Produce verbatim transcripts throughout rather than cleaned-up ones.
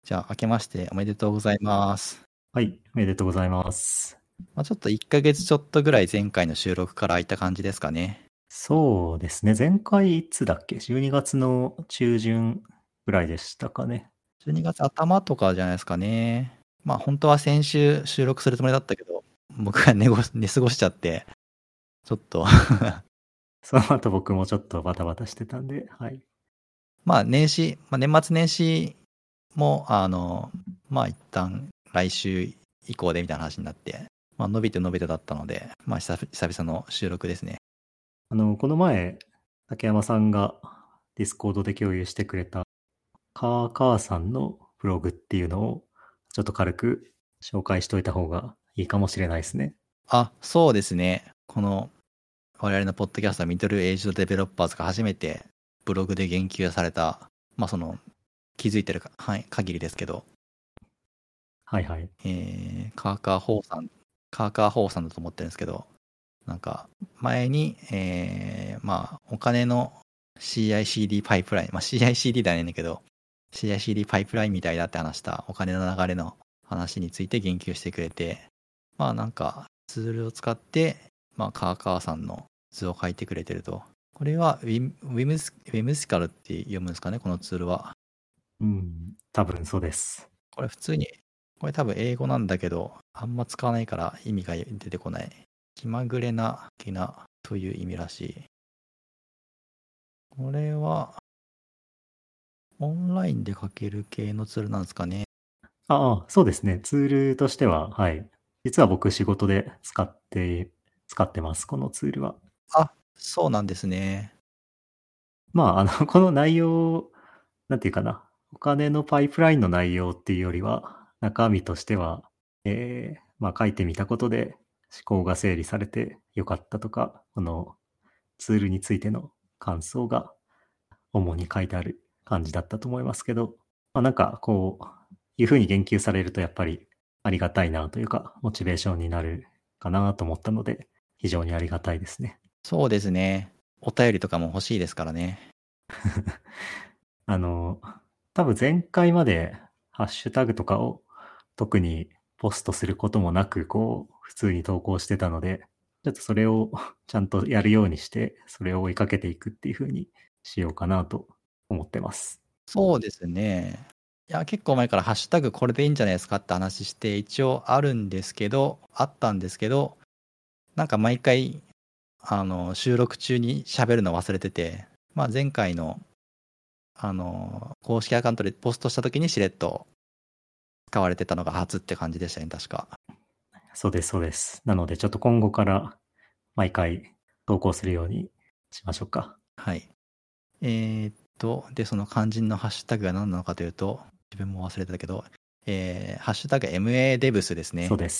じゃあ、明けましておめでとうございます。 はい、おめでとうございます。 まあ、ちょっといっかげつちょっとぐらい前回の収録から空いた感じですかね。 そうですね。前回いつだっけ ?じゅうに 月の中旬ぐらいでしたかね。 じゅうにがつ頭とかじゃないですかね。まあ、本当は先週収録するつもりだったけど、僕が寝ご寝過ごしちゃって、ちょっとその後僕もちょっとバタバタしてたんで、はい。 まあ、年始、まあ、年末年始も、あの、まあ、一旦来週以降でみたいな話になって、まあ、伸びて伸びてだったので、まあ、久々久々の収録ですね。 あの、この前、竹山さんがディスコードで共有してくれた、カーカーさんのブログっていうのを、ちょっと軽く紹介しといた方がいいかもしれないですね。 あ、そうですね。この、我々のポッドキャストはミドルエイジドデベロッパーズが初めてブログで言及された、まあその、気づいてるか、はい、限りですけど、 はいはい。 えー、カーカーホーさん、カーカーホーさんだと思ってるんですけど、なんか、前に、えー、まあ、お金の シーアイシーディー パイプライン、まあ シーアイシーディー だねんだけど、シーアイシーディー パイプラインみたいだって話したお金の流れの話について言及してくれて、まあなんか、ツールを使って、まあ、カーカーさんの図を書いてくれてると。これはウィム、ウィムス、ウィムスカルって読むんですかね、このツールは。 うん、多分そうです。 これ普通に、これ多分英語なんだけど、あんま使わないから意味が出てこない。気まぐれな、気なという意味らしい。これは、オンラインで書ける系のツールなんですかね。 ああ、そうですね。ツールとしては、はい。実は僕仕事で使って、使ってます、このツールは。 あ、そうなんですね。 まあ、あの、この内容、なんていうかな、お金のパイプラインの内容っていうよりは、中身としては、えー、まあ書いてみたことで思考が整理されてよかったとか、このツールについての感想が主に書いてある感じだったと思いますけど、まあなんかこう、いうふうに言及されるとやっぱりありがたいなというか、モチベーションになるかなと思ったので、非常にありがたいですね。 そうですね。お便りとかも欲しいですからね。 あの、多分前回までハッシュタグとかを特にポストすることもなく、こう、普通に投稿してたので、ちょっとそれをちゃんとやるようにして、それを追いかけていくっていう風にしようかなと思ってます。 そうですね。いや、結構前からハッシュタグこれでいいんじゃないですかって話して、一応あるんですけど、あったんですけど、なんか毎回、あの、収録中に喋るの忘れてて、まあ前回の、あの、公式アカウントでポストした時にしれっと使われてたのが初って感じでしたね、確か。 そうです、そうです。なのでちょっと今後から毎回投稿するようにしましょうか。 はい。えーっと、で、その肝心のハッシュタグが何なのかというと、自分も忘れてたけど、えー、ハッシュタグ エムエーデブス ですね。 そうです。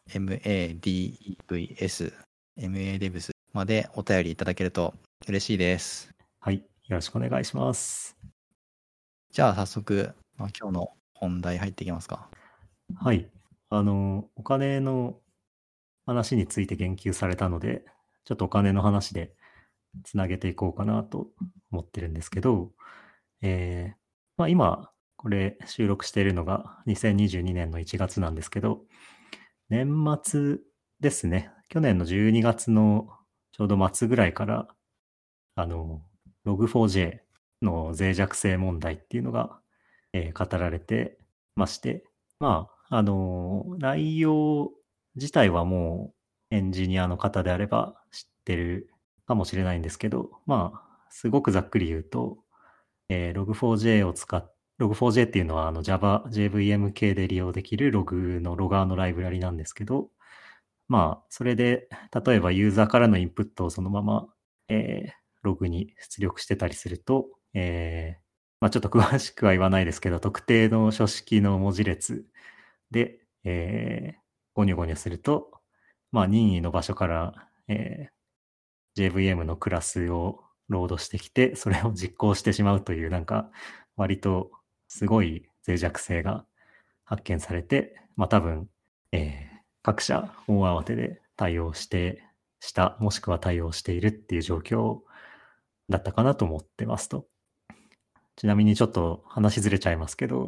エムエーディーイーブイエス、エムエーデブス までお便りいただけると嬉しいです。 はい。よろしくお願いします。 じゃあ早速、まあ、今日の本題入っていきますか。 はい。あの、お金の話について言及されたので、ちょっとお金の話でつなげていこうかなと思ってるんですけど、えー、まあ今、これ収録しているのがにせんにじゅうにねんのいちがつなんですけど、年末ですね。去年のじゅうにがつのちょうど末ぐらいから、あの、ログフォージェー の脆弱性問題っていうのが、えー語られてまして、まあ、あの、内容自体はもうエンジニアの方であれば知ってるかもしれないんですけど、まあ、すごくざっくり言うと、えー、ログフォージェー を使っ、ログフォージェー っていうのはあの Java、ジェイブイエム 系で利用できるログのロガーのライブラリなんですけど、まあ、それで、例えばユーザーからのインプットをそのまま、えー、ログに出力してたりすると、えー、まあちょっと詳しくは言わないですけど、特定の書式の文字列で、えー、ゴニョゴニョすると、まあ任意の場所から、えー、ジェイブイエム のクラスをロードしてきて、それを実行してしまうという、なんか、割とすごい脆弱性が発見されて、まあ多分、えー各社大慌てで対応して、した、もしくは対応しているっていう状況だったかなと思ってますと。ちなみにちょっと話ずれちゃいますけど、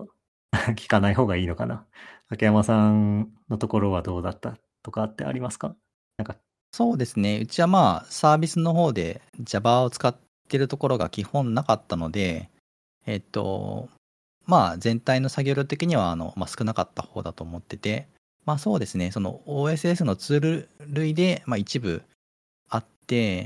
聞かない方がいいのかな。竹山さんのところはどうだったとかってありますか？なんか、 そうですね。うちはまあ、サービスの方で Java を使ってるところが基本なかったので、えっと、まあ、全体の作業量的には、あの、まあ、少なかった方だと思ってて、まあそうですね、その オーエスエス のツール類で、まあ一部あって、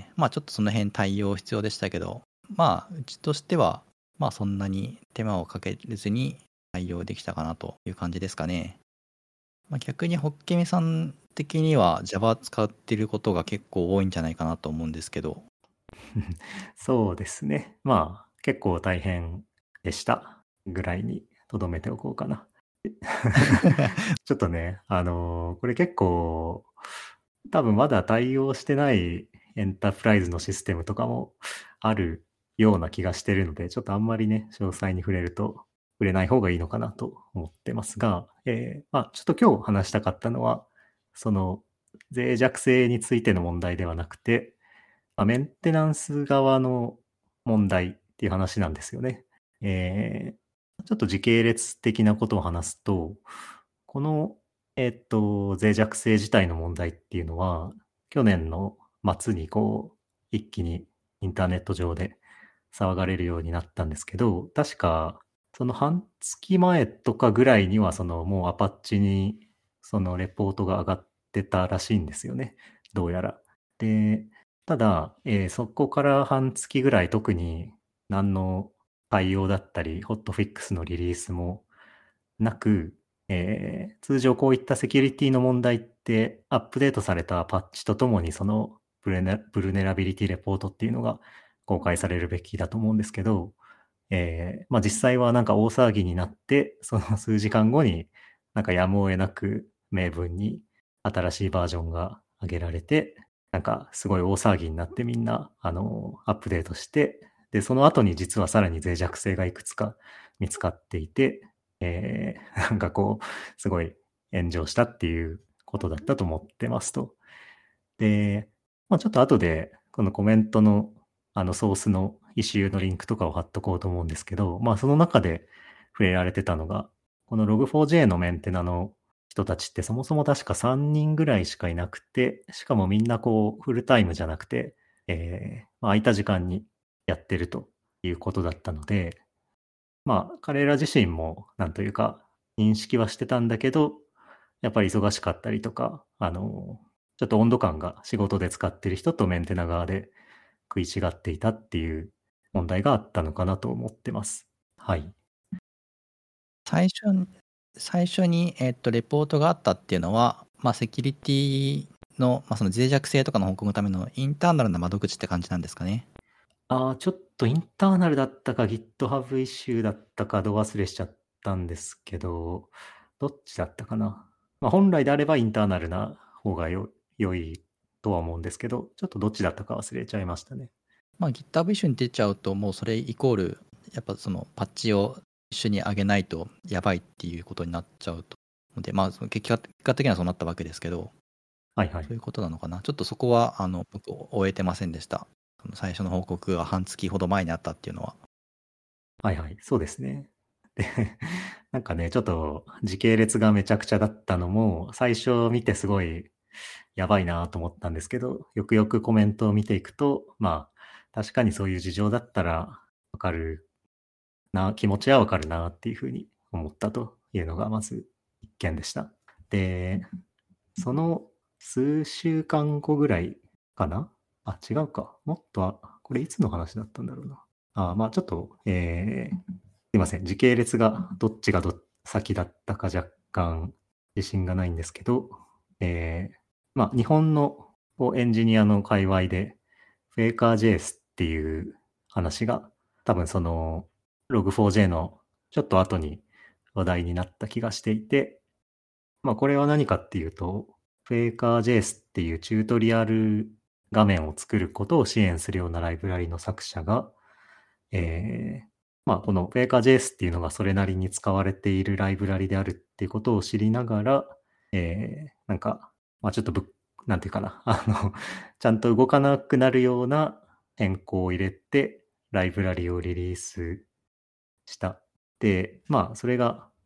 まあちょっとその辺対応必要でしたけど、まあうちとしては、まあそんなに手間をかけずに対応できたかなという感じですかね。まあ、逆にホッケミさん的には Java 使ってることが結構多いんじゃないかなと思うんですけど。 そうですね。まあ、結構大変でしたぐらいに留めておこうかな。ちょっとね、あのーこれ結構、多分まだ対応してないエンタープライズのシステムとかもあるような気がしてるので、ちょっとあんまりね、詳細に触れると、触れない方がいいのかなと思ってますが、えーまあ、ちょっと今日話したかったのは、その、脆弱性についての問題ではなくて、まあ、メンテナンス側の問題っていう話なんですよね。えーちょっと時系列的なことを話すと、この、えっと、脆弱性自体の問題っていうのは、去年の末にこう、一気にインターネット上で騒がれるようになったんですけど、確か、その半月前とかぐらいには、そのもうアパッチにそのレポートが上がってたらしいんですよね。どうやら。で、ただ、えーそこから半月ぐらい特に何の対応だったり、ホットフィックスのリリースもなく、えー通常こういったセキュリティの問題ってアップデートされたパッチとともにそのブレネブルネラビリティレポートっていうのが公開されるべきだと思うんですけど、えーまあ実際はなんか大騒ぎになって、その数時間後になんかやむを得なく明文に新しいバージョンが上げられて、なんかすごい大騒ぎになってみんな、あの、アップデートして、で、その後に実はさらに脆弱性がいくつか見つかっていて、えーなんかこう、すごい炎上したっていうことだったと思ってますと。で、まあちょっと後で、このコメントの、あのソースのイシューのリンクとかを貼っとこうと思うんですけど、まあその中で触れられてたのが、この ログフォージェー のメンテナの人たちってそもそも確かさんにんぐらいしかいなくて、しかもみんなこうフルタイムじゃなくて、えーまあ、空いた時間にやってるということだったので、まあ彼ら自身もなんというか認識はしてたんだけど、やっぱり忙しかったりとか、あの、ちょっと温度感が仕事で使ってる人とメンテナ側で食い違っていたっていう問題があったのかなと思ってます。はい。 最初に、最初に、えっと、レポートがあったっていうのは、まあセキュリティの、まあその脆弱性とかの報告のためのインターナルな窓口って感じなんですかね。 ああ、ちょっとインターナルだったか GitHub イシューだったかど忘れしちゃったんですけど、どっちだったかな。まあ本来であればインターナルな方がよ良いとは思うんですけど、ちょっとどっちだったか忘れちゃいましたね。 まあ GitHub 一緒に出ちゃうと、もうそれイコール、やっぱそのパッチを一緒に上げないとやばいっていうことになっちゃうと。ので、まあその結果、結果的にはそうなったわけですけど、 はいはい。 そういうことなのかな。ちょっとそこは、あの、僕、終えてませんでした。その最初の報告が半月ほど前にあったっていうのは。 はいはい。そうですね。で、なんかね、ちょっと時系列がめちゃくちゃだったのも、最初見てすごいやばいなと思ったんですけど、よくよくコメントを見ていくと、まあ、確かにそういう事情だったらわかるな、気持ちはわかるなっていうふうに思ったというのがまず一件でした。で、その数週間後ぐらいかなあ、違うか。もっとあ、これいつの話だったんだろうな。あ、まあちょっと、えー、すいません。時系列がどっちがど先だったか若干自信がないんですけど、えー、まあ日本のエンジニアの界隈で、フェイカー ジェイエス っていう話が多分その ログフォージェー のちょっと後に話題になった気がしていて、まあこれは何かっていうと、フェイカー ジェイエス っていうチュートリアル画面を作ることを支援するようなライブラリの作者が、えー、まあこの フェイカー ジェイエス っていうのがそれなりに使われているライブラリであるっていうことを知りながら、えー、なんか、まあちょっとぶっ、なんていうかな、あの、ちゃんと動かなくなるような変更を入れて、ライブラリをリリースした。で、まあそれが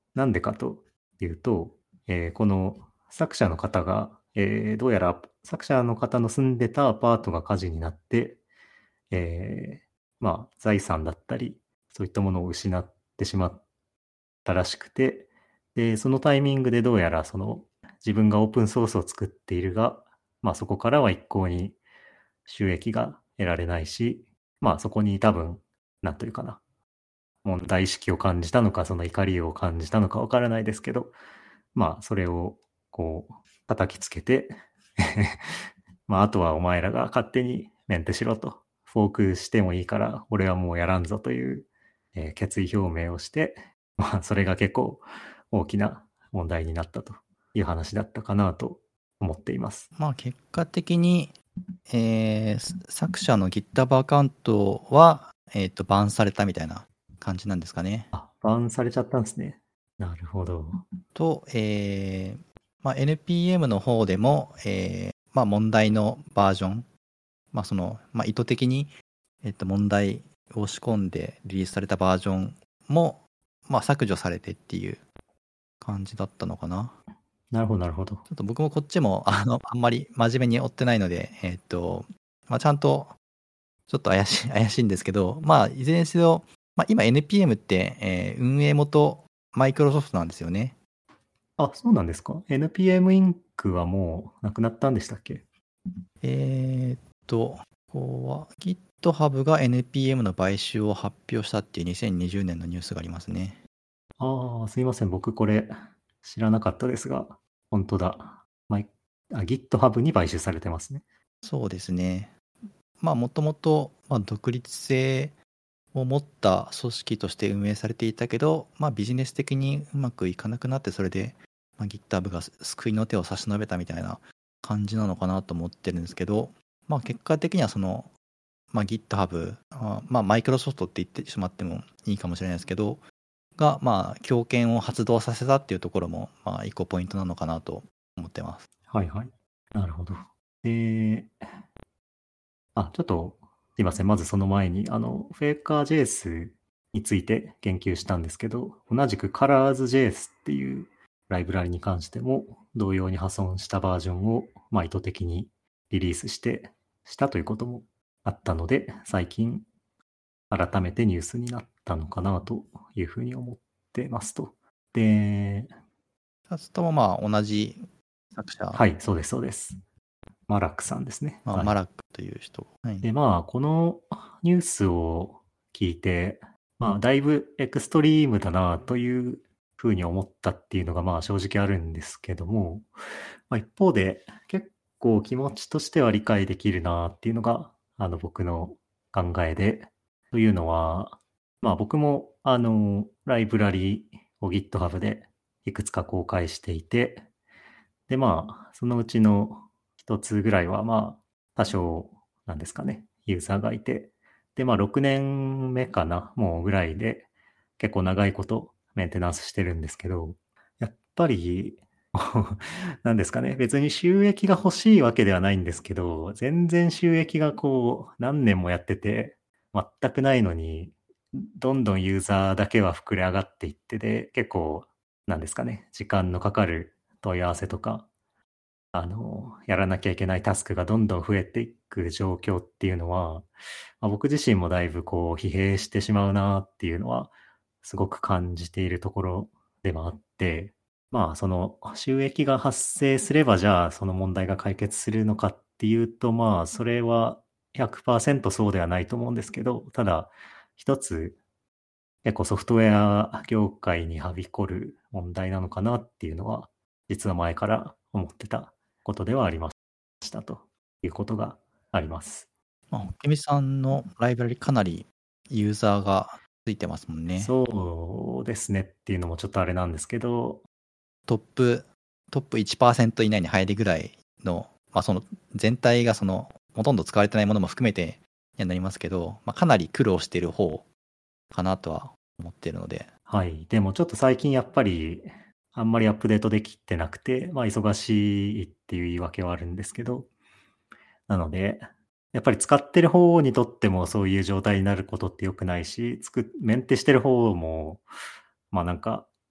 なんでかというと、えーこの作者の方が、えーどうやら作者の方の住んでたアパートが火事になって、えーまあ、財産だったり、そういったものを失ってしまったらしくて、で、そのタイミングでどうやらその自分がオープンソースを作っているが、まあそこからは一向に収益が得られないし、まあそこに多分、なんというかな、問題意識を感じたのか、その怒りを感じたのかわからないですけど、まあそれをこう叩きつけてまああとはお前らが勝手にメンテしろと、フォークしてもいいから俺はもうやらんぞという、えー決意表明をして、まあそれが結構大きな問題になったという話だったかなと思っています。 まあ結果的に、えー作者の GitHub アカウントは、えっと、バンされたみたいな感じなんですかね。 あ、バンされちゃったんですね。なるほど。 と、えーまあ、エヌピーエム の方でも、えーまあ、問題のバージョン、まあそのまあ、意図的に、えっと、問題を仕込んでリリースされたバージョンも、まあ、削除されてっていう感じだったのかな。 なるほど、なるほど。 ちょっと僕もこっちもあのあんまり真面目に追ってないので、えっとまあ、ちゃんとちょっと怪しい怪しいんですけど、まあ、いずれにせよ、まあ、今 エヌピーエム って、えー運営元マイクロソフトなんですよね。 あ、そうなんですか。エヌピーエム インクはもうなくなったんでしたっけ？ えーっと、ここは GitHub が エヌピーエム の買収を発表したっていうにせんにじゅうねんのニュースがありますね。 ああ、すいません。僕これ知らなかったですが、本当だ。マイあ GitHub に買収されてますね。 そうですね。まあ、もともと、まあ、独立性を持った組織として運営されていたけど、まあ、ビジネス的にうまくいかなくなって、それで、まあ、GitHub が救いの手を差し伸べたみたいな感じなのかなと思ってるんですけど、まあ、結果的にはその、まあ、GitHub、あまあ、マイクロソフトって言ってしまってもいいかもしれないですけど、が、まあ、強権を発動させたっていうところも、まあ、一個ポイントなのかなと思ってます。 はいはい。なるほど。で、あ、ちょっと、すいません。まずその前に、あの、フェイカー ジェイエス について研究したんですけど、同じく Colors.js っていうライブラリに関しても、同様に破損したバージョンを、まあ、意図的にリリースして、したということもあったので、最近、改めてニュースになったのかなというふうに思ってますと。で、 ふたつともまあ同じ作者、 はい、そうです、そうです。マラックさんですね。 まあ、 はい、 マラックという人。はい、 で、まあ、このニュースを聞いて、まあ、だいぶエクストリームだなというふうに思ったっていうのが、まあ、正直あるんですけども、まあ、一方で、結構気持ちとしては理解できるなっていうのが、あの、僕の考えで、というのは、まあ、僕も、あの、ライブラリを GitHub でいくつか公開していて、で、まあ、そのうちの一つぐらいは、まあ、多少、なんですかね、ユーザーがいて、で、まあ、ろくねんめかな、もうぐらいで、結構長いことメンテナンスしてるんですけど、やっぱり、なんですかね、別に収益が欲しいわけではないんですけど、全然収益がこう、何年もやってて、全くないのに、どんどんユーザーだけは膨れ上がっていってで、結構、なんですかね、時間のかかる問い合わせとか、あの、やらなきゃいけないタスクがどんどん増えていく状況っていうのは、まあ、僕自身もだいぶこう疲弊してしまうなっていうのは、すごく感じているところでもあって、まあその収益が発生すればじゃあその問題が解決するのかっていうと、まあそれはひゃくパーセントそうではないと思うんですけど、ただ一つ結構ソフトウェア業界にはびこる問題なのかなっていうのは、実は前から思ってたことではありましたということがあります。 まあ、ほけみさんのライブラリかなりユーザーがついてますもんね。 そうですねっていうのもちょっとあれなんですけど、 トップ、トップいちパーセント以内に入るぐらいの、まあ、その全体がその、ほとんど使われてないものも含めてにはなりますけど、まあ、かなり苦労している方かなとは思っているので。 はい。でもちょっと最近やっぱりあんまりアップデートできてなくて、まあ忙しいっていう言い訳はあるんですけど、なので、やっぱり使ってる方にとってもそういう状態になることって良くないし、つく、メンテしてる方も、まあなんか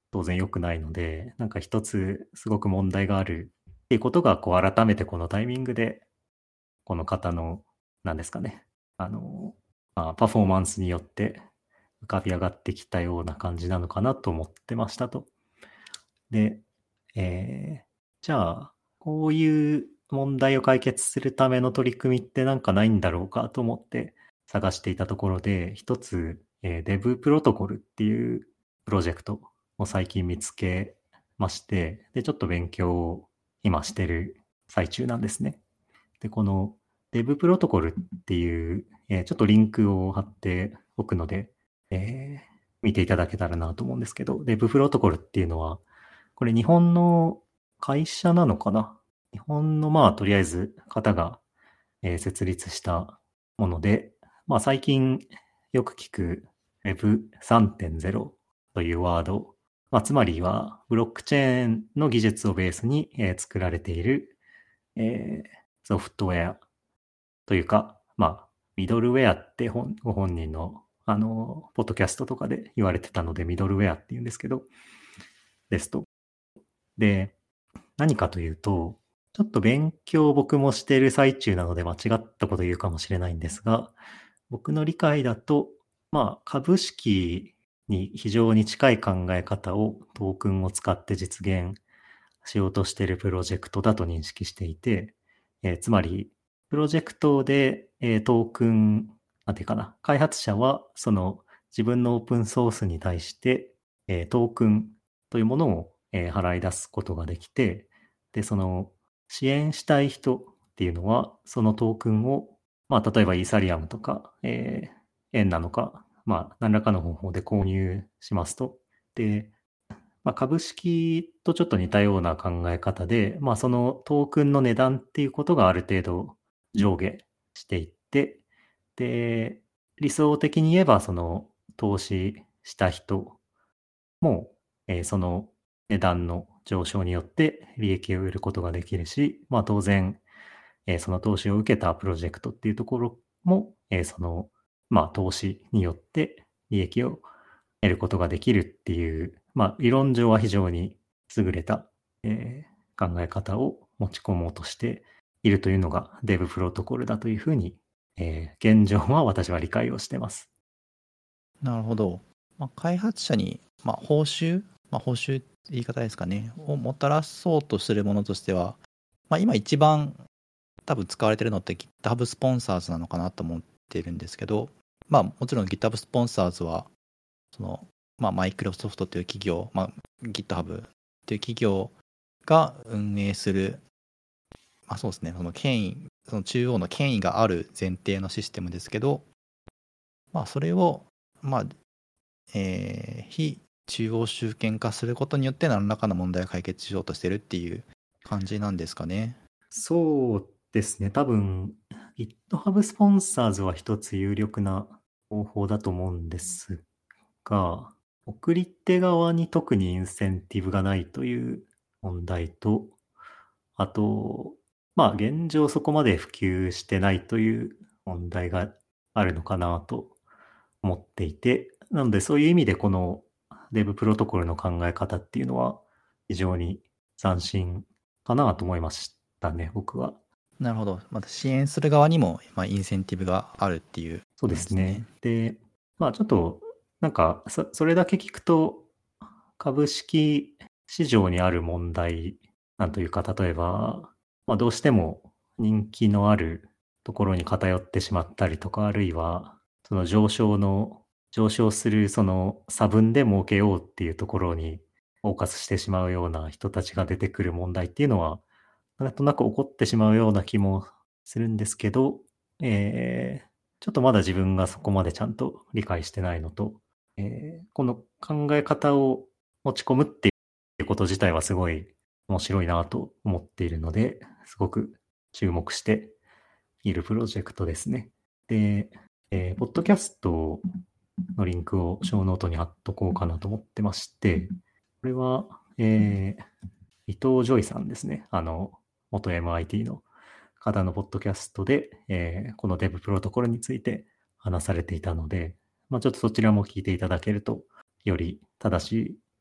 当然良くないので、なんか一つすごく問題があるっていうことが、こう改めてこのタイミングで、この方の、なんですかね、あの、まあ、パフォーマンスによって浮かび上がってきたような感じなのかなと思ってましたと。で、えー、じゃあ、こういう問題を解決するための取り組みってなんかないんだろうかと思って探していたところで、一つ、えー、Dev プロトコルっていうプロジェクトを最近見つけまして、で、ちょっと勉強を今してる最中なんですね。で、この Dev プロトコルっていう、えーちょっとリンクを貼っておくので、えー見ていただけたらなと思うんですけど、Dev プロトコルっていうのは、これ日本の会社なのかな、日本のまあとりあえず方が、えー設立したもので、まあ最近よく聞く ウェブさんてんゼロ というワード、まあ、つまりはブロックチェーンの技術をベースに、えー作られている、えーソフトウェアというか、まあミドルウェアって本ご本人のあの、ポッドキャストとかで言われてたのでミドルウェアって言うんですけど、ですと。で、何かというと、ちょっと勉強を僕もしている最中なので間違ったこと言うかもしれないんですが、僕の理解だと、まあ、株式に非常に近い考え方をトークンを使って実現しようとしているプロジェクトだと認識していて、えーつまり、プロジェクトで、えートークン、なんていうかな、開発者はその自分のオープンソースに対して、えートークンというものを、えー払い出すことができて、で、その支援したい人っていうのは、そのトークンを、まあ、例えばイーサリアムとか、えー円なのか、まあ、何らかの方法で購入しますと。で、まあ、株式とちょっと似たような考え方で、まあ、そのトークンの値段っていうことがある程度上下していって、で、理想的に言えば、その投資した人も、えーその値段の上昇によって利益を得ることができるし、まあ、当然、えーその投資を受けたプロジェクトっていうところも、えーその、まあ、投資によって利益を得ることができるっていう、まあ、理論上は非常に優れた、えー考え方を持ち込もうとしているというのが Dev プロトコルだというふうに、えー現状は私は理解をしてます。 なるほど。まあ、開発者に、まあ、報酬、まあ、報酬って言い方ですかね、をもたらそうとするものとしては、まあ、今一番多分使われてるのって GitHub スポンサーズなのかなと思ってるんですけど、まあもちろん GitHub スポンサーズは、その、まあマイクロソフトという企業、まあ GitHub という企業が運営する、まあそうですね、その権威、その中央の権威がある前提のシステムですけど、まあそれを、まあ、えー非中央集権化することによって何らかの問題を解決しようとしてるっていう感じなんですかね。 そうですね。多分、GitHub スポンサーズは一つ有力な方法だと思うんですが、送り手側に特にインセンティブがないという問題と、あと、まあ現状そこまで普及してないという問題があるのかなと思っていて、なのでそういう意味でこの Dev プロトコルの考え方っていうのは非常に斬新かなと思いましたね、僕は。 なるほど。また支援する側にも、まあ、インセンティブがあるっていうそうことですね。 なんですね。 で、まあちょっと、なんかそ、それだけ聞くと、株式市場にある問題、なんというか、例えば、まあどうしても人気のあるところに偏ってしまったりとか、あるいは、その上昇の、上昇するその差分で儲けようっていうところにフォーカスしてしまうような人たちが出てくる問題っていうのは、なんとなく起こってしまうような気もするんですけど、えーちょっとまだ自分がそこまでちゃんと理解してないのと、えーこの考え方を持ち込むっていうこと自体はすごい面白いなと思っているので、すごく注目しているプロジェクトですね。で、えーポッドキャストのリンクをショーノートに貼っとこうかなと思ってまして、これは、えー伊藤ジョイさんですね。あの、元 エムアイティー の方のポッドキャストで、えーこの Dev プロトコルについて話されていたので、まあ、ちょっとそちらも聞いていただけると、より正しい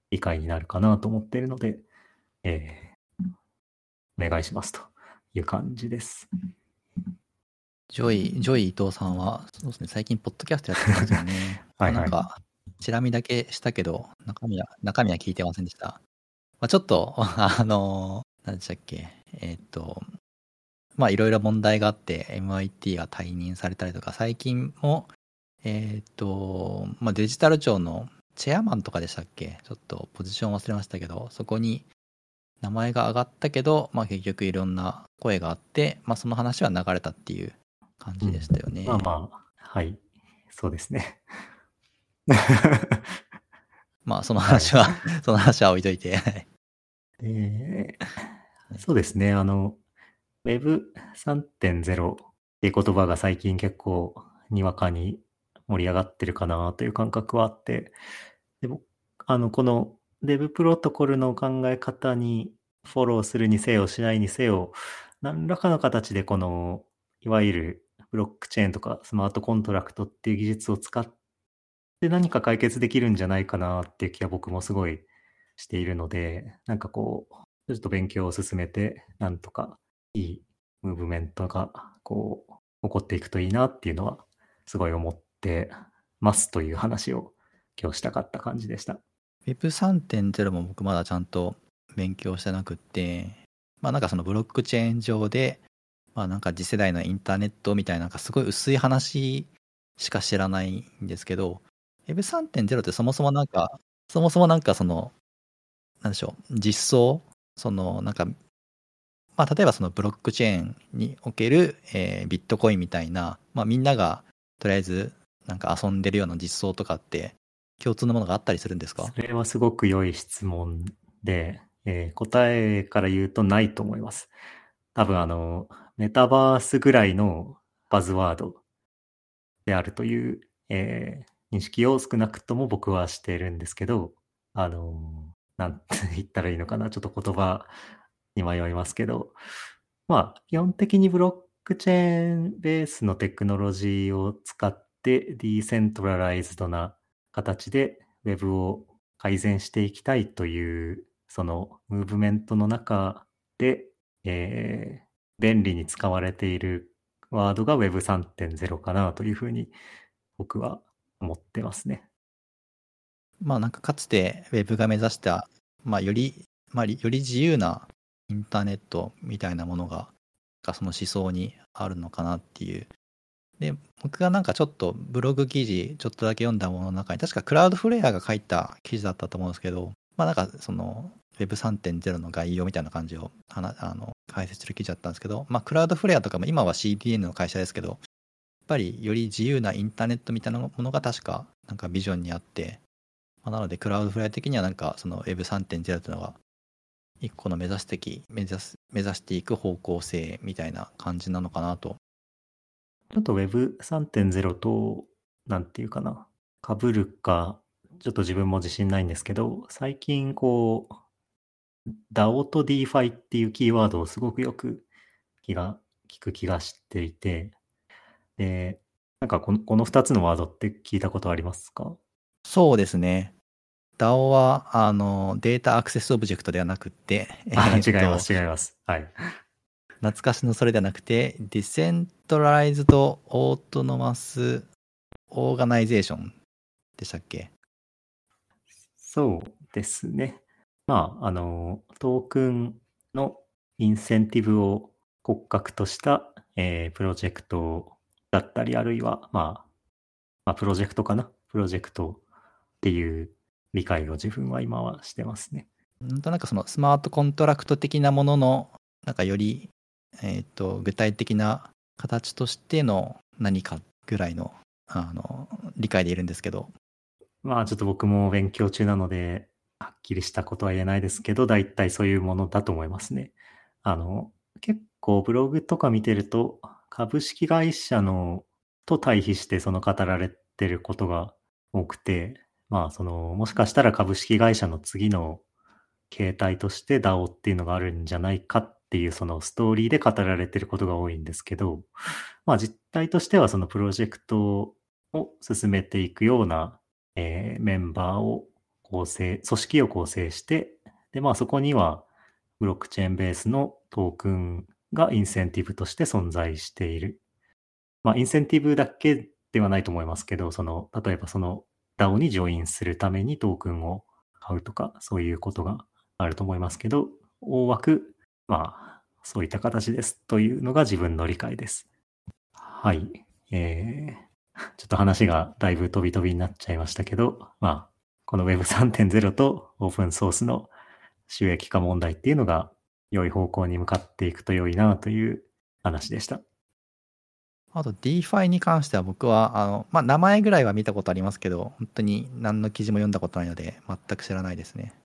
理解になるかなと思っているので、えー、お願いしますという感じです。 ジョイ、ジョイ伊藤さんは、そうですね、最近ポッドキャストやってますよね。 はいはい。 まあなんか、チラ見だけしたけど、中身は、中身は聞いてませんでした。まあちょっと、あの、何でしたっけ、えーっと、まあいろいろ問題があって、エムアイティー が退任されたりとか、最近も、えーっと、まあデジタル庁のチェアマンとかでしたっけ、ちょっとポジション忘れましたけど、そこに名前が上がったけど、まあ結局いろんな声があって、まあその話は流れたっていう感じでしたよね。 うん、まあまあ、はい、そうですね。 まあそのはい。 話は、その話は置いといて。 えー、そうですね。あの、ウェブさんてんゼロ っていう言葉が最近結構にわかに盛り上がってるかなという感覚はあって、でも、あの、この Dev プロトコルの考え方にフォローするにせよしないにせよ、何らかの形でこの、いわゆるブロックチェーンとかスマートコントラクトっていう技術を使って何か解決できるんじゃないかなっていう気は僕もすごいしているので、なんかこう、ちょっと勉強を進めて、なんとかいいムーブメントがこう、起こっていくといいなっていうのは、すごい思ってますという話を今日したかった感じでした。 ウェブさんてんゼロ も僕まだちゃんと勉強してなくって、まあなんかそのブロックチェーン上で、まあなんか次世代のインターネットみたいななんかすごい薄い話しか知らないんですけど、ウェブさんてんゼロ ってそもそもなんか、そもそもなんかその、なんでしょう、実装そのなんか、まあ例えばそのブロックチェーンにおける、えービットコインみたいな、まあみんながとりあえずなんか遊んでるような実装とかって共通のものがあったりするんですか？ それはすごく良い質問で、えー答えから言うとないと思います。多分あの、メタバースぐらいのバズワードであるという、えー認識を少なくとも僕はしているんですけど、あの、なんて言ったらいいのかな、ちょっと言葉に迷いますけど、まあ、基本的にブロックチェーンベースのテクノロジーを使ってディーセントラライズドな形で Web を改善していきたいという、そのムーブメントの中で、えー便利に使われているワードが ウェブさんてんゼロ かなというふうに僕は思ってますね。 まあなんかかつて Web が目指した、まあより、まあより自由なインターネットみたいなものが、がその思想にあるのかなっていう。で、僕がなんかちょっとブログ記事ちょっとだけ読んだものの中に、確かクラウドフレアが書いた記事だったと思うんですけど、まあなんかその ウェブさんてんゼロ の概要みたいな感じをはなあの解説する記事だったんですけど、まあクラウドフレアとかも今は シーディーエヌ の会社ですけど、やっぱりより自由なインターネットみたいなものが確かなんかビジョンにあって、まあなのでクラウドフレア的にはなんかその ウェブさんてんゼロ というのが一個の目指すべき目指す目指していく方向性みたいな感じなのかなと。 ちょっと ウェブさんてんゼロ と、なんていうかな、被るか、ちょっと自分も自信ないんですけど、最近こう、ダオ と DeFi っていうキーワードをすごくよく気が、聞く気がしていて、で、なんかこの、この二つのワードって聞いたことありますか？ そうですね。ダオ はあのデータアクセスオブジェクトではなくて、えあ、 ーっと違います、違います。はい。 懐かしのそれではなくて、ディセントラライズドオートノマスオーガナイゼーションでしたっけ？ そうですね。まあ、あの、トークンのインセンティブを骨格とした、えープロジェクトだったり、あるいは、まあ、まあ、プロジェクトかな。プロジェクトっていう理解を自分は今はしてますね。 なんとなくそのスマートコントラクト的なものの、なんかより、えーっと、具体的な形としての何かぐらいの、あの、理解でいるんですけど。 まあ、ちょっと僕も勉強中なので、はっきりしたことは言えないですけど、大体そういうものだと思いますね。あの、結構ブログとか見てると、株式会社のと対比してその語られてることが多くて、まあ、その、もしかしたら株式会社の次の形態として ダオ っていうのがあるんじゃないかっていうそのストーリーで語られてることが多いんですけど、まあ実態としてはそのプロジェクトを進めていくような、えーメンバーを構成、組織を構成して、で、まあそこにはブロックチェーンベースのトークンがインセンティブとして存在している。まあインセンティブだけではないと思いますけど、その、例えばその ダオ にジョインするためにトークンを買うとか、そういうことがあると思いますけど、大枠、まあ、そういった形ですというのが自分の理解です。はい。えー、ちょっと話がだいぶ飛び飛びになっちゃいましたけど、まあ、この ウェブスリーてんゼロ とオープンソースの収益化問題っていうのが良い方向に向かっていくと良いなという話でした。 あと DeFi に関しては僕は、あの、まあ、名前ぐらいは見たことありますけど、本当に何の記事も読んだことないので、全く知らないですね。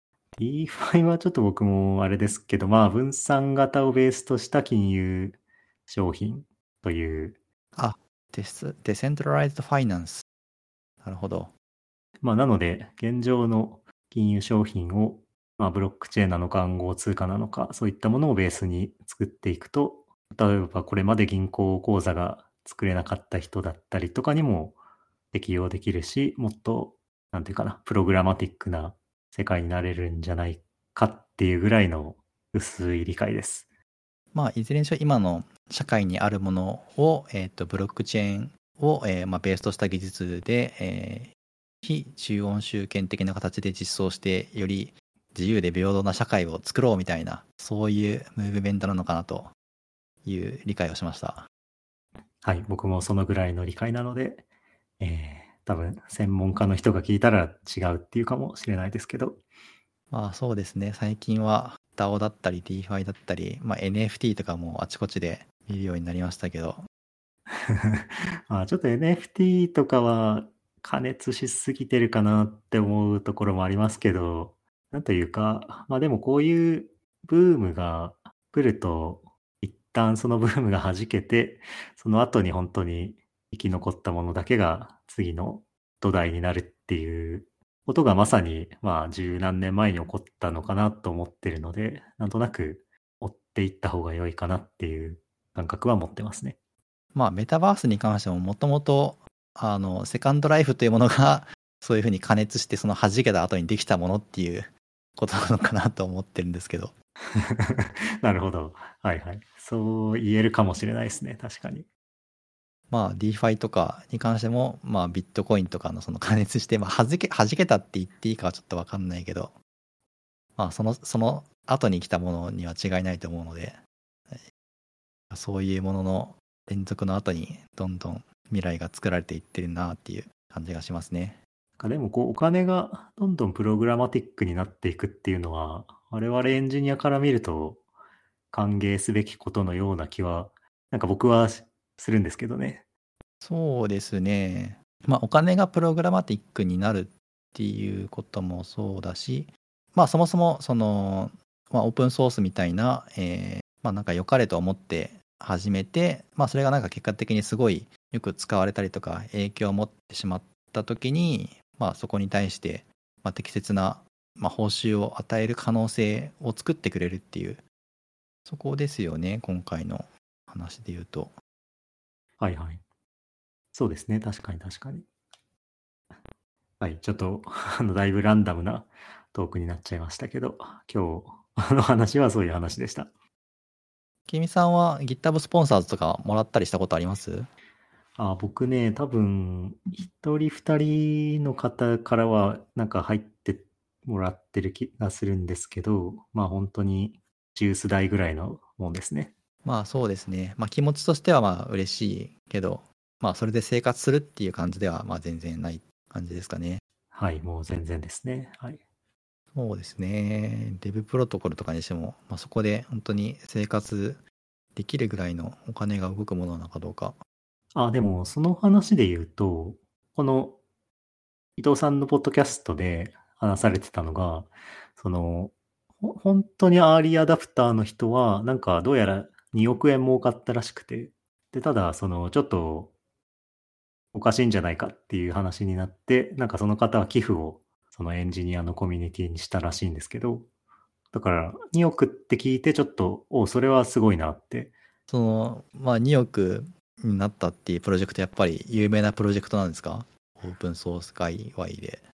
DeFi はちょっと僕もあれですけど、まあ、分散型をベースとした金融商品という。 あ、デス、デセントラライズドファイナンス。なるほど。 まあ、なので、現状の金融商品を、まあ、ブロックチェーンなのか暗号通貨なのか、そういったものをベースに作っていくと、例えばこれまで銀行口座が作れなかった人だったりとかにも適用できるし、もっと、なんていうかな、プログラマティックな世界になれるんじゃないかっていうぐらいの薄い理解です。 まあ、いずれにしろ今の社会にあるものを、えっと、ブロックチェーンを、えーまあ、ベースとした技術で、えー非中央集権的な形で実装して、より自由で平等な社会を作ろうみたいな、そういうムーブメントなのかなという理解をしました。 はい、僕もそのぐらいの理解なので、えー、多分専門家の人が聞いたら違うっていうかもしれないですけど。 まあそうですね、最近は ダオ だったり DeFi だったり、まあ、エヌエフティー とかもあちこちで見るようになりましたけど。 まあちょっと エヌエフティー とかは加熱しすぎてるかなって思うところもありますけど、なんというか、まあでもこういうブームが来ると、一旦そのブームが弾けて、その後に本当に生き残ったものだけが次の土台になるっていうことがまさにまあ十何年前に起こったのかなと思ってるので、なんとなく追っていった方が良いかなっていう感覚は持ってますね。 まあメタバースに関してももともとあのセカンドライフというものがそういうふうに加熱してその弾けた後にできたものっていうことなのかなと思ってるんですけど。 なるほど。はいはい。そう言えるかもしれないですね。確かに。 まあ DeFi とかに関しても、まあビットコインとかのその加熱して、まあ弾け、弾けたって言っていいかはちょっとわかんないけど、まあその、その後に来たものには違いないと思うので、そういうものの連続の後にどんどん未来が作られていってるなっていう感じがしますね。 でもこうお金がどんどんプログラマティックになっていくっていうのは、我々エンジニアから見ると歓迎すべきことのような気は、なんか僕はするんですけどね。 そうですね。まあお金がプログラマティックになるっていうこともそうだし、まあそもそもその、まあ、オープンソースみたいな、えー、まあなんか良かれと思って始めて、まあそれがなんか結果的にすごいよく使われたりとか影響を持ってしまった時に、まあそこに対して、まあ、適切な、まあ、報酬を与える可能性を作ってくれるっていう、そこですよね、今回の話で言うと。 はいはい。そうですね。確かに確かに。はい。ちょっと、あの、だいぶランダムなトークになっちゃいましたけど、今日の話はそういう話でした。 君さんは GitHub スポンサーズとかもらったりしたことあります？ あ、僕ね、多分、一人二人の方からは、なんか入ってもらってる気がするんですけど、まあ本当にジュース代ぐらいのもんですね。 まあそうですね。まあ気持ちとしてはまあ嬉しいけど、まあそれで生活するっていう感じではまあ全然ない感じですかね。 はい、もう全然ですね。はい。 そうですね。デブプロトコルとかにしても、まあそこで本当に生活できるぐらいのお金が動くものなのかどうか。 あ、でも、その話で言うと、この伊藤さんのポッドキャストで話されてたのが、その、ほ本当にアーリーアダプターの人は、なんかどうやらにおくえん儲かったらしくて、で、ただ、その、ちょっとおかしいんじゃないかっていう話になって、なんかその方は寄付をそのエンジニアのコミュニティにしたらしいんですけど、だからにおくって聞いてちょっと、おそれはすごいなって。 その、まあにおくになったっていうプロジェクト、やっぱり有名なプロジェクトなんですか？オープンソース界隈で。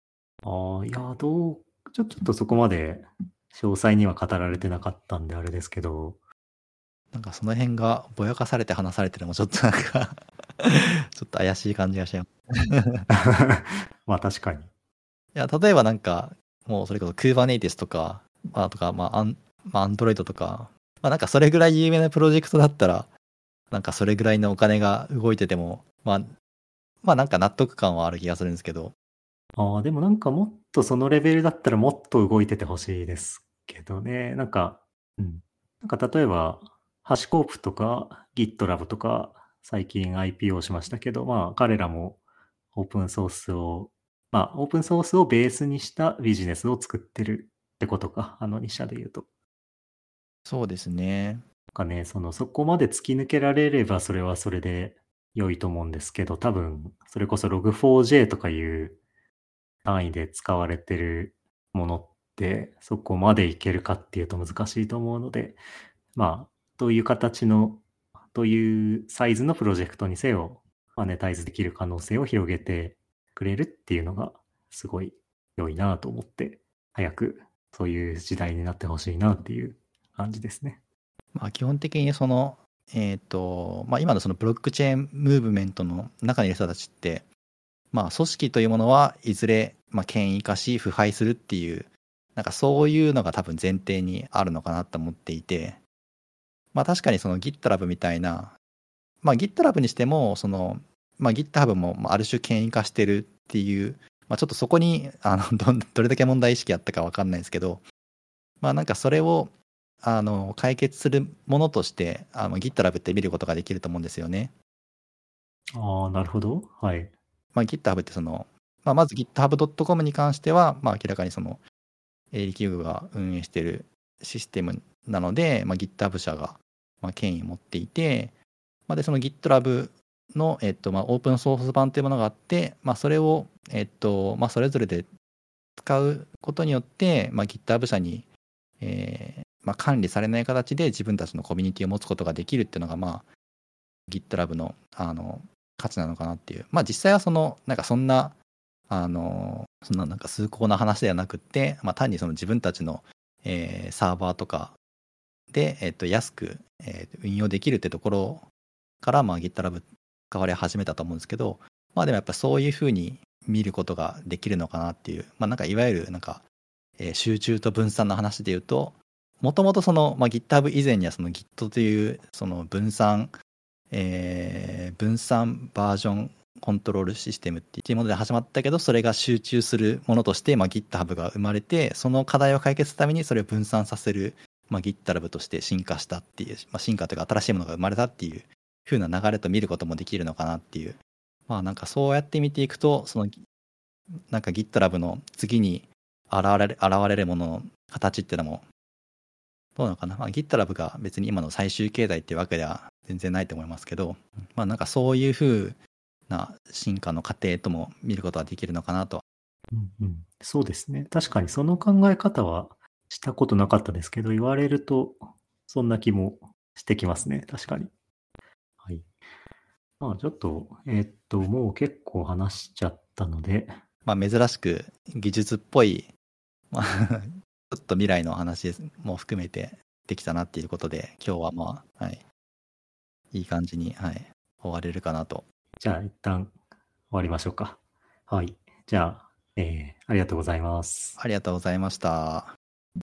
ああ、いや、どう、ちょ、ちょっとそこまで詳細には語られてなかったんであれですけど、 なんかその辺がぼやかされて話されてるのもちょっとなんかちょっと怪しい感じがしちゃう。 まあ確かに。 いや、例えばなんか、もうそれこそ Kubernetes とか、まあとか、まあ、アン、まあ、Android とか、まあなんかそれぐらい有名なプロジェクトだったら、なんかそれぐらいのお金が動いてても、まあ、まあなんか納得感はある気がするんですけど、 ああ、でもなんかもっとそのレベルだったらもっと動いててほしいですけどね。なんか、うん。なんか例えば、ハシコープとか GitLab とか最近 アイピーオー しましたけど、まあ彼らもオープンソースを、まあオープンソースをベースにしたビジネスを作ってるってことか。あのに社で言うと。 そうですね。 なんかね、そのそこまで突き抜けられればそれはそれで良いと思うんですけど、多分それこそ ログフォージェー とかいう単位で使われてるものって、そこまでいけるかっていうと難しいと思うので、まあ、どういう形の、どういうサイズのプロジェクトにせよ、マネタイズできる可能性を広げてくれるっていうのが、すごい良いなと思って、早くそういう時代になってほしいなっていう感じですね。 まあ基本的にその、えっと、まあ今のそのブロックチェーンムーブメントの中にいる人たちって、まあ組織というものはいずれ、まあ権威化し腐敗するっていう、なんかそういうのが多分前提にあるのかなと思っていて、まあ確かにその GitLab みたいな、まあ GitLab にしても、その、まあ GitHub もまあある種権威化してるっていう、まあちょっとそこに、あの、どんどれだけ問題意識あったかわかんないですけど、まあなんかそれを、あの、解決するものとして、あの GitLab って見ることができると思うんですよね。 ああ、なるほど。はい。 まあ GitHub ってその、まあまず GitHub ドットコム に関しては、まあ明らかにその、営利企業が運営しているシステムなので、まあ、GitHub 社が、まあ、権威を持っていて、まあ、で、その GitLab の、えっと、まあ、オープンソース版というものがあって、まあ、それを、えっと、まあ、それぞれで使うことによって、まあ、GitHub 社に、えーまあ、管理されない形で自分たちのコミュニティを持つことができるっていうのが、まあ、GitLab の、あの、価値なのかなっていう。まあ、実際はその、なんかそんな、あの、そんななんか崇高な話ではなくって、まあ、単にその自分たちの、えーサーバーとかで、えっと、安く、えー運用できるってところから、まあ、GitLab 使われ始めたと思うんですけど、まあでもやっぱそういうふうに見ることができるのかなっていう、まあなんかいわゆるなんか、えー集中と分散の話で言うと、もともとその、まあ、GitHub 以前にはその Git というその分散、えー分散バージョンコントロールシステムっていうもので始まったけど、それが集中するものとして、まあ、GitHub が生まれて、その課題を解決するためにそれを分散させる、まあ、GitLab として進化したっていう、まあ、進化というか新しいものが生まれたっていう風な流れと見ることもできるのかなっていう。まあなんかそうやって見ていくと、そのなんか GitLab の次に現れる、現れるものの形っていうのも、どうなのかな。まあ、GitLab が別に今の最終形態っていうわけでは全然ないと思いますけど、まあなんかそういう風な進化の過程とも見ることができるのかなと。 うんうん、そうですね。確かにその考え方はしたことなかったですけど、言われるとそんな気もしてきますね。確かに。はい。まあちょっと、えーっと、もう結構話しちゃったので、 まあ珍しく技術っぽい、まあちょっと未来の話も含めてできたなっていうことで、今日はまあ、はい、いい感じに、はい、終われるかなと。 じゃあ一旦終わりましょうか。はい。じゃあ、えーありがとうございます。 ありがとうございました。